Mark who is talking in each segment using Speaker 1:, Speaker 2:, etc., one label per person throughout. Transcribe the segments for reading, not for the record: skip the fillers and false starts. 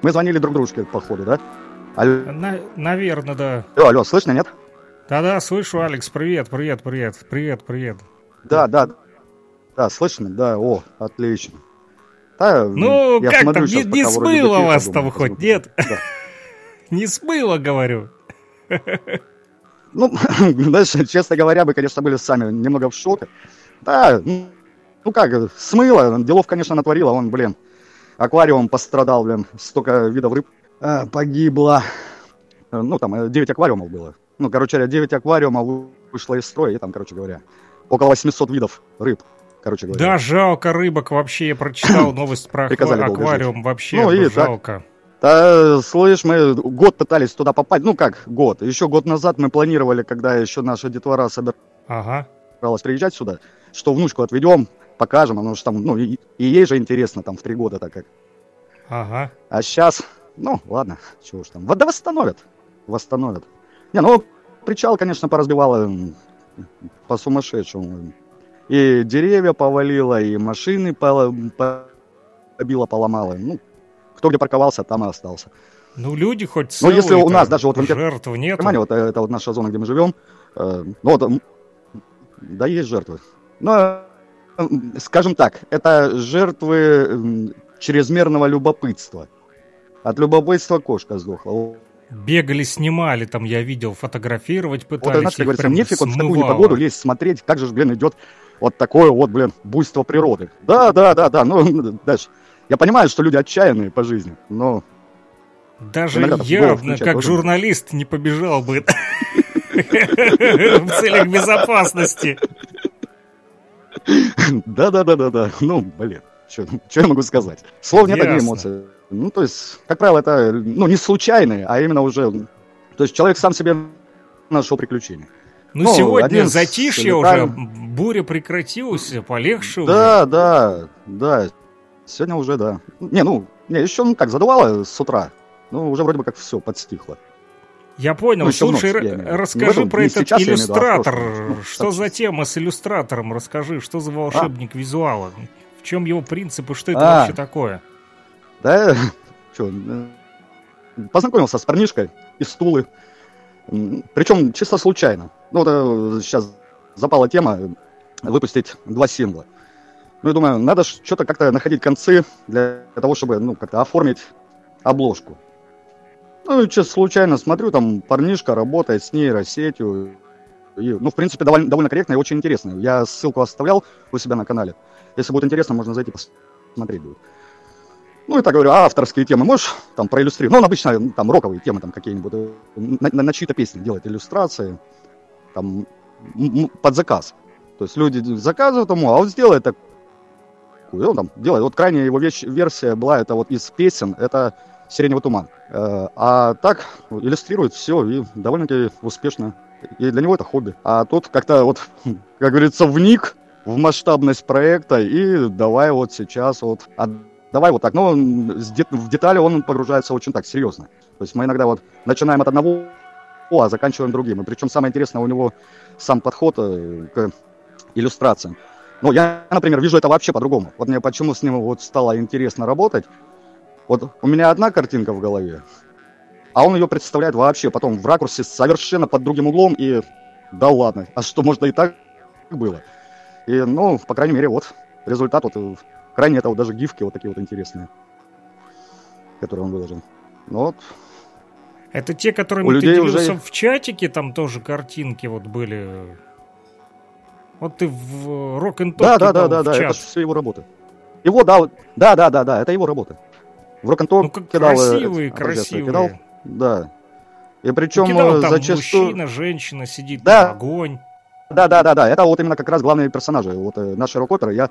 Speaker 1: Мы звонили друг дружке, походу, да? Алло,
Speaker 2: Наверное, да.
Speaker 1: алло, слышно, нет?
Speaker 2: Да-да, слышу, Алекс, привет.
Speaker 1: Да, слышно, да, отлично. Да,
Speaker 2: Ну,
Speaker 1: я
Speaker 2: как там,
Speaker 1: смотрю сейчас,
Speaker 2: не
Speaker 1: пока вроде бы
Speaker 2: смыло
Speaker 1: тихо,
Speaker 2: вас
Speaker 1: думаю,
Speaker 2: там хоть,
Speaker 1: позвоню.
Speaker 2: нет?
Speaker 1: Да.
Speaker 2: Не смыло, говорю.
Speaker 1: Ну, знаешь, честно говоря, мы, конечно, были сами немного в шоке. Да, ну как, смыло, делов, конечно, натворило, он, аквариум пострадал, столько видов рыб погибло. Ну, там 9 аквариумов было. Ну, короче говоря, 9 аквариумов вышло из строя, и там, короче говоря, около 800 видов рыб, короче говоря.
Speaker 2: Да, жалко рыбок вообще, я прочитал новость про аквариум, вообще,
Speaker 1: ну, и
Speaker 2: жалко.
Speaker 1: Да, слышь, мы год пытались туда попасть, ну как год, еще год назад мы планировали, когда еще наша детвора собиралась приезжать сюда, что внучку отведем, покажем, потому что там, ну, и ей же интересно, там, в 3 года так как.
Speaker 2: Ага.
Speaker 1: А сейчас, ну, ладно, чего уж там, да восстановят. Не, ну, причал, конечно, поразбивало по-сумасшедшему. И деревья повалило, и машины побило, поломало. Ну, кто где парковался, там и остался.
Speaker 2: Ну, люди хоть целые,
Speaker 1: ну, если у нас даже вот
Speaker 2: жертв нет.
Speaker 1: Вот это вот наша зона, где мы живем. Ну, вот, да, есть жертвы. Но, скажем так, это жертвы чрезмерного любопытства. От любопытства кошка сдохла.
Speaker 2: Бегали, снимали, там я видел, фотографировать пытались.
Speaker 1: Вот, знаете, как говорится, нефиг вот в такую непогоду лезть, смотреть, как же, идет вот такое вот, буйство природы. Да, ну, дальше. Я понимаю, что люди отчаянные по жизни, но...
Speaker 2: Даже явно, как журналист, не побежал бы в целях безопасности.
Speaker 1: Да. Ну, что я могу сказать? Слов нет, одни эмоции. Ну, то есть, как правило, это, ну, не случайные, а именно уже... То есть, человек сам себе нашел приключения.
Speaker 2: Ну, сегодня затишье уже, буря прекратилась, полегче уже.
Speaker 1: Да. Сегодня уже, да. Еще, задувало с утра. Ну, уже вроде бы как все подстихло.
Speaker 2: Я понял. Слушай, расскажи про этот иллюстратор. Что за тема с иллюстратором? Расскажи, что за волшебник визуала? В чем его принцип и что это вообще такое?
Speaker 1: Да, познакомился с парнишкой из Тулы. Причем чисто случайно. Ну, вот сейчас запала тема выпустить 2 сингла. Ну, я думаю, надо что-то как-то находить концы для того, чтобы, ну, как-то оформить обложку. Ну, и чисто случайно смотрю, там парнишка работает с нейросетью. И, ну, в принципе, довольно корректно и очень интересно. Я ссылку оставлял у себя на канале. Если будет интересно, можно зайти посмотреть будет. Ну, и так говорю, авторские темы можешь там проиллюстрировать? Ну, он обычно там роковые темы там какие-нибудь, на чьи-то песни делать иллюстрации, там, под заказ. То есть люди заказывают ему, а он сделает такую, и он там делает. Вот крайняя его версия была, это вот из песен, это «Сиреневый туман». А так иллюстрирует все и довольно-таки успешно. И для него это хобби. А тут как-то вот, как говорится, вник в масштабность проекта и давай вот сейчас вот... Давай вот так, но в детали он погружается очень так серьезно. То есть мы иногда вот начинаем от одного, а заканчиваем другим. И причем самое интересное у него сам подход к иллюстрациям. Ну, я, например, вижу это вообще по-другому. Вот мне почему с ним вот стало интересно работать. Вот у меня одна картинка в голове, а он ее представляет вообще потом в ракурсе совершенно под другим углом. И да ладно, а что, можно и так было. И, ну, по крайней мере, вот результат вот... Крайне это вот даже гифки вот такие вот интересные, которые он выложил. Ну, вот.
Speaker 2: Это те, которыми ты делился в чатике, там тоже картинки вот были. Вот ты в Рок-н-Ток
Speaker 1: да, это все его работа. Его, да, это его работа. В Рок-н-Ток кидал.
Speaker 2: Красивые.
Speaker 1: Кидал, да. И причем
Speaker 2: кидал, там
Speaker 1: зачастую...
Speaker 2: мужчина, женщина сидит,
Speaker 1: да.
Speaker 2: огонь.
Speaker 1: Да, это вот именно как раз главные персонажи. Вот наши рок-оперы,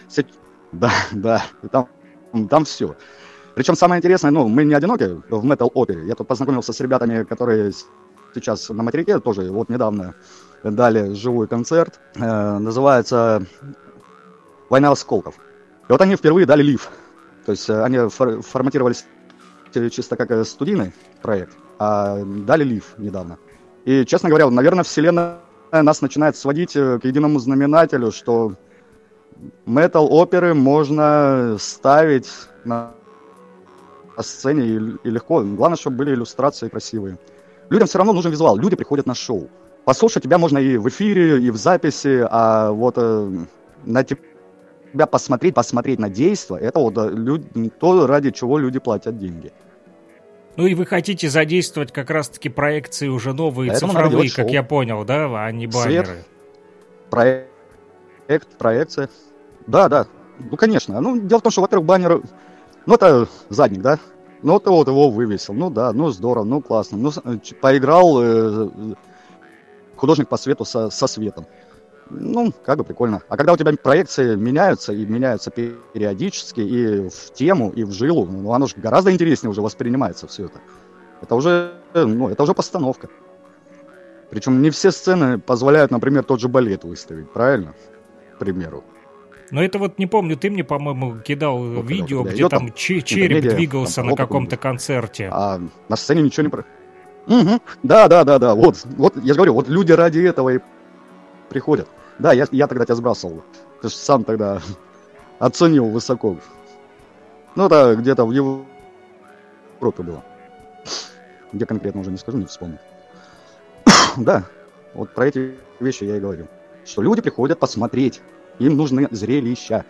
Speaker 1: Да, там все. Причем самое интересное, ну, мы не одиноки в метал-опере. Я тут познакомился с ребятами, которые сейчас на материке тоже вот недавно дали живой концерт. Называется «Война осколков». И вот они впервые дали лиф. То есть они форматировались чисто как студийный проект, а дали лиф недавно. И, честно говоря, наверное, вселенная нас начинает сводить к единому знаменателю, что метал-оперы можно ставить на сцене и легко. Главное, чтобы были иллюстрации красивые. Людям все равно нужен визуал. Люди приходят на шоу. Послушать тебя можно и в эфире, и в записи, а вот на тебя посмотреть на действо, это вот то, ради чего люди платят деньги.
Speaker 2: Ну и вы хотите задействовать как раз-таки проекции уже новые, цифровые, как я понял, да, а не баннеры?
Speaker 1: Свет, проекция. Да. Ну, конечно. Ну, дело в том, что, во-первых, баннер, ну, это задник, да? Ну, ты вот его вывесил. Ну, да, ну, здорово, ну, классно. Ну, поиграл художник по свету со светом. Ну, как бы прикольно. А когда у тебя проекции меняются, и меняются периодически, и в тему, и в жилу, ну, оно же гораздо интереснее уже воспринимается все это. Это уже постановка. Причем не все сцены позволяют, например, тот же балет выставить, правильно? К примеру.
Speaker 2: Но это вот, не помню, ты мне, по-моему, кидал видео, где там череп двигался на каком-то концерте.
Speaker 1: А на сцене ничего не... Угу. Да. Вот, я же говорю, вот люди ради этого и приходят. Да, я тогда тебя сбрасывал. Ты же сам тогда оценил высоко. Ну, это где-то в Европе было. Где конкретно, уже не скажу, не вспомню. Да, вот про эти вещи я и говорю. Что люди приходят посмотреть. Им нужны зрелища.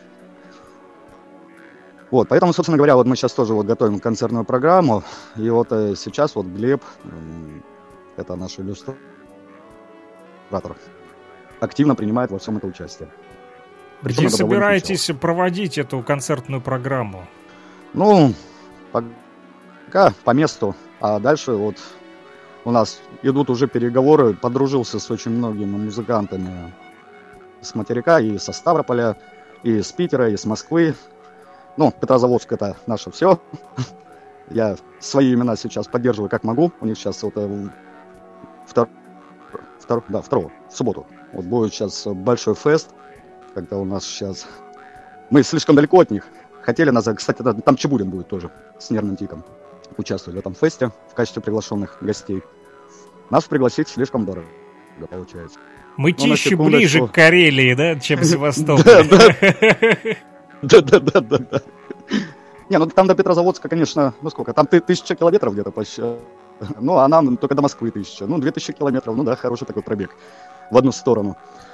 Speaker 1: Вот, поэтому, собственно говоря, вот мы сейчас тоже вот готовим концертную программу. И вот сейчас вот Глеб, это наш иллюстратор, активно принимает во всем это участие.
Speaker 2: Где собираетесь проводить эту концертную программу?
Speaker 1: Ну, пока по месту. А дальше вот у нас идут уже переговоры. Подружился с очень многими музыкантами с материка, и со Ставрополя, и с Питера, и с Москвы. Ну, Петрозаводск — это наше все. Я свои имена сейчас поддерживаю как могу. У них сейчас вот второго, в субботу. Вот будет сейчас большой фест, когда у нас сейчас... Мы слишком далеко от них. Хотели нас... Кстати, там Чебурин будет тоже с нервным тиком участвовать в этом фесте в качестве приглашенных гостей. Нас пригласить слишком дорого, получается.
Speaker 2: Мытищи ближе к Карелии, да, чем Севастополь.
Speaker 1: Да. Не, ну там до Петрозаводска, конечно, ну сколько? Там 1000 километров где-то почти. Ну, а нам только до Москвы 1000. Ну, 2000 километров, ну да, хороший такой пробег в одну сторону.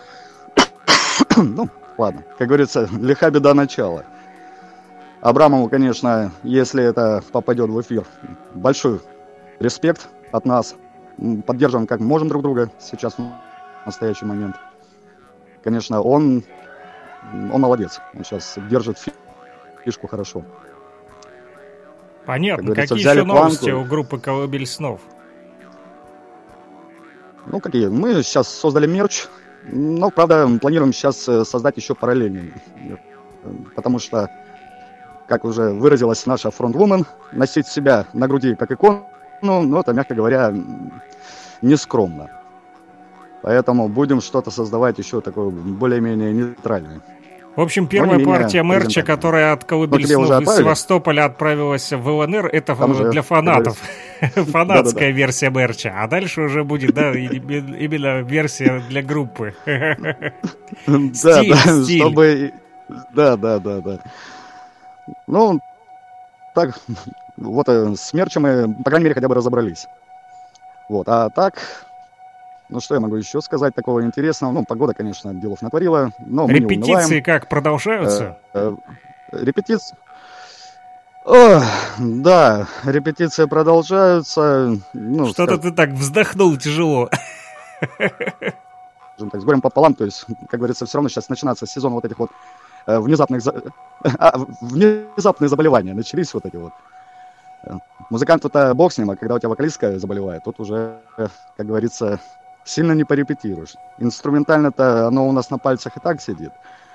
Speaker 1: Ну, ладно, как говорится, лиха беда начала. Абрамову, конечно, если это попадет в эфир, большой респект от нас. Поддерживаем как можем друг друга сейчас в настоящий момент. Конечно, он молодец. Он сейчас держит фишку хорошо.
Speaker 2: Понятно. Какие еще новости у группы «Колыбель снов»?
Speaker 1: Ну, какие? Мы сейчас создали мерч. Но, правда, планируем сейчас создать еще параллельный. Потому что, как уже выразилась наша фронтвумен, носить себя на груди как икону, ну, это, мягко говоря, нескромно. Поэтому будем что-то создавать еще такое более-менее нейтральное.
Speaker 2: В общем, первая партия мерча, которая от «Колыбель снов» из Севастополя отправилась в ЛНР, это для фанатов. Фанатская версия мерча. А дальше уже будет, да, именно версия для группы. Стиль.
Speaker 1: Да. Ну, так, вот с мерчем мы, по крайней мере, хотя бы разобрались. Вот, а так... Ну, что я могу еще сказать такого интересного? Ну, погода, конечно, делов натворила, но мы не унываем.
Speaker 2: Репетиции как, продолжаются?
Speaker 1: Репетиции? Да, репетиции продолжаются. Ну,
Speaker 2: что-то ты так вздохнул тяжело.
Speaker 1: Так, с горем пополам, то есть, как говорится, все равно сейчас начинается сезон вот этих вот внезапные заболевания. Начались вот эти вот. Музыканту-то бог с ним, а когда у тебя вокалистка заболевает, тут уже, как говорится... Сильно не порепетируешь. Инструментально-то оно у нас на пальцах и так сидит.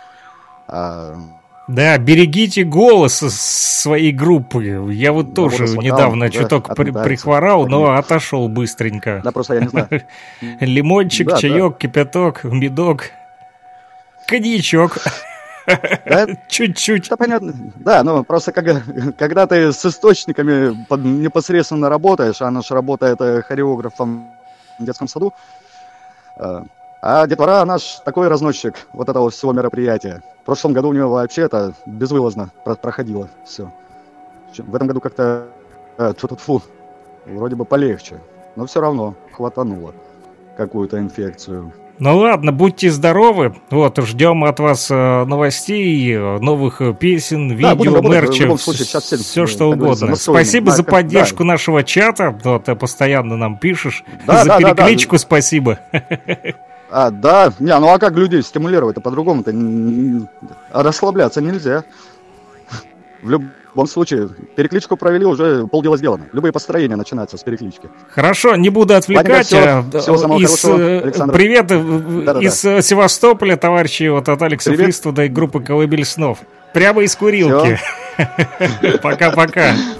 Speaker 2: Да, берегите голос своей группы. Я вот тоже недавно чуток прихворал, но отошел быстренько.
Speaker 1: Да, просто я не знаю.
Speaker 2: Лимончик, чаек, кипяток, медок, коньячок. Чуть-чуть.
Speaker 1: Да, понятно. Да, ну просто когда ты с источниками непосредственно работаешь, а наш работает хореографом в детском саду, а детвора наш такой разносчик вот этого всего мероприятия. В прошлом году у него вообще это безвылазно проходило все. В этом году как-то что-то вроде бы полегче, но все равно хватануло какую-то инфекцию.
Speaker 2: Ну ладно, будьте здоровы. Вот, ждем от вас новостей, новых песен, видео, мерча, все что угодно. Спасибо за поддержку нашего чата. Вот, ты постоянно нам пишешь. За перекличку спасибо.
Speaker 1: Да, ну а как людей стимулировать-то по-другому-то? Расслабляться нельзя. В любом случае, перекличку провели, уже полдела сделано. Любые построения начинаются с переклички.
Speaker 2: Хорошо, не буду отвлекать.
Speaker 1: Всего самого хорошего, Александр.
Speaker 2: Привет из Севастополя, товарищи, вот от Алекса Фриствуда и группы «Колыбель снов». Прямо из курилки. Пока-пока.